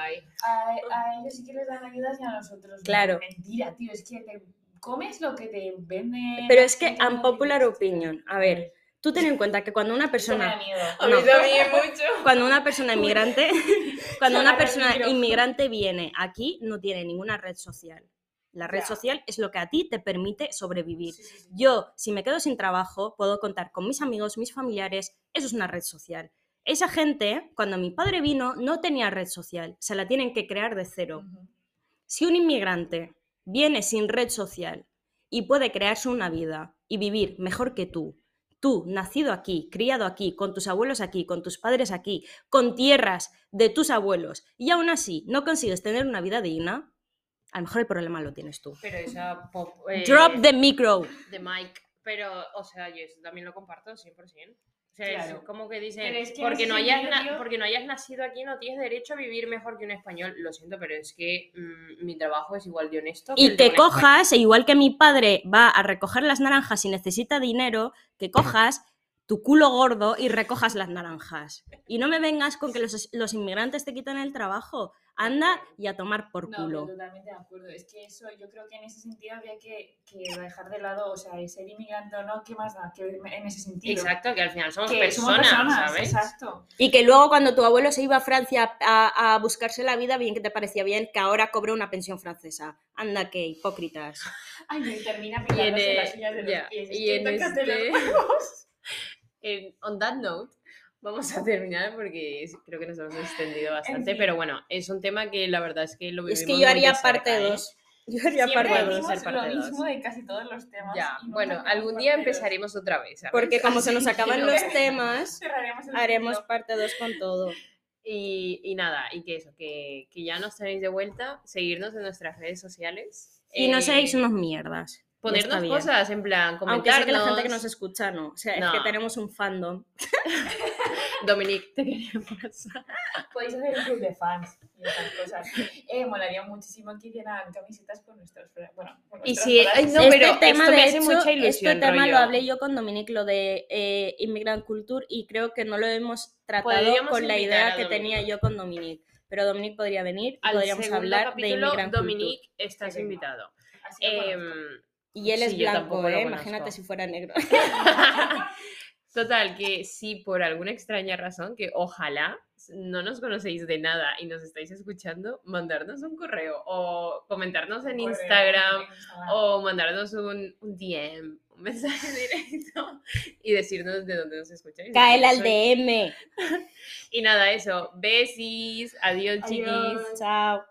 A ellos sí que les dan ayudas y a nosotros no. Claro. Mentira, tío, es que te comes lo que te venden. Pero es que unpopular opinion, a ver, tú ten en cuenta que cuando una Eso me da persona... miedo. A mí también mucho. Cuando una persona inmigrante, cuando Sonar una el persona micro. inmigrante viene aquí, no tiene ninguna red social. La red Ya. social es lo que a ti te permite sobrevivir. Sí, sí, sí. Yo, si me quedo sin trabajo, puedo contar con mis amigos, mis familiares, eso es una red social. Esa gente, cuando mi padre vino, no tenía red social, se la tienen que crear de cero. Ujú. Si un inmigrante viene sin red social y puede crearse una vida y vivir mejor que tú, nacido aquí, criado aquí, con tus abuelos aquí, con tus padres aquí, con tierras de tus abuelos, y aún así no consigues tener una vida digna, a lo mejor el problema lo tienes tú. Pero esa Drop the micro. de Mike. Pero, o sea, yo eso también lo comparto 100%. O sea, Claro. es como que dicen, Pero es que en porque, ese no hayas sentido, tío- porque no hayas nacido aquí no tienes derecho a vivir mejor que un español. Lo siento, pero es que mi trabajo es igual de honesto que Y el de que un español. cojas, e igual que mi padre va a recoger las naranjas y necesita dinero, que cojas tu culo gordo y recojas las naranjas. Y no me vengas con que los inmigrantes te quitan el trabajo. Anda y a tomar por No, culo. pero totalmente de acuerdo. Es que eso, yo creo que en ese sentido habría que dejar de lado, o sea, el ser inmigrante o no, ¿qué más da? Que en ese sentido. Exacto, que al final somos Que personas, somos ¿sabes? Exacto. Y que luego cuando tu abuelo se iba a Francia a buscarse la vida, bien que te parecía bien que ahora cobre una pensión francesa. Anda, que hipócritas. Ay, me termina Y en, pilándose las uñas de los ya, pies. Es y que en tócate los este- huevos. On that note, vamos a terminar porque creo que nos hemos extendido bastante, fin. pero bueno, es un tema que la verdad es que lo Es vivimos que muy yo haría de cerca, parte ¿eh? 2. Yo haría Siempre parte dos. 2. decimos parte lo dos. mismo de casi todos los temas. Ya, y nunca bueno, hacemos algún parte día dos. empezaremos otra vez, ¿sabes? Porque como se nos Así acaban que los no. temas, Cerraremos el haremos ciclo. parte 2 con todo. Y nada, y que eso, que ya nos tenéis de vuelta, seguirnos en nuestras redes sociales. Y no seáis unos mierdas. Ya Ponernos está bien. cosas, en plan, Aunque comentarnos. sé que la gente que nos escucha no. O sea, es No. que tenemos un fandom. Dominique, te quería pasar. Podéis hacer un club de fans y esas cosas. Molaría muchísimo que hicieran camisetas con nuestros... Bueno, con Y nuestras si- frases. ay, no, pero esto me hace mucha este ilusión, tema rollo. lo hablé yo con Dominique, lo de Immigrant Culture, y creo que no lo hemos tratado Podríamos con la invitar idea a que Dominique. tenía yo con Dominique. Pero Dominique podría venir y Al podríamos segundo hablar de capítulo, Immigrant Dominique, Culture. estás Sí, venga. invitado. Así lo conozco. Y él es Sí, yo blanco, tampoco lo conozco. Imagínate si fuera negro. Total, que si por alguna extraña razón, que ojalá no nos conocéis de nada y nos estáis escuchando, mandarnos un correo o comentarnos en Correo, Instagram en Instagram. o mandarnos un DM, un mensaje directo y decirnos de dónde nos escucháis. Cael al Soy- DM. Y nada, eso. Besis. Adiós, chiquis. Adiós. Chao.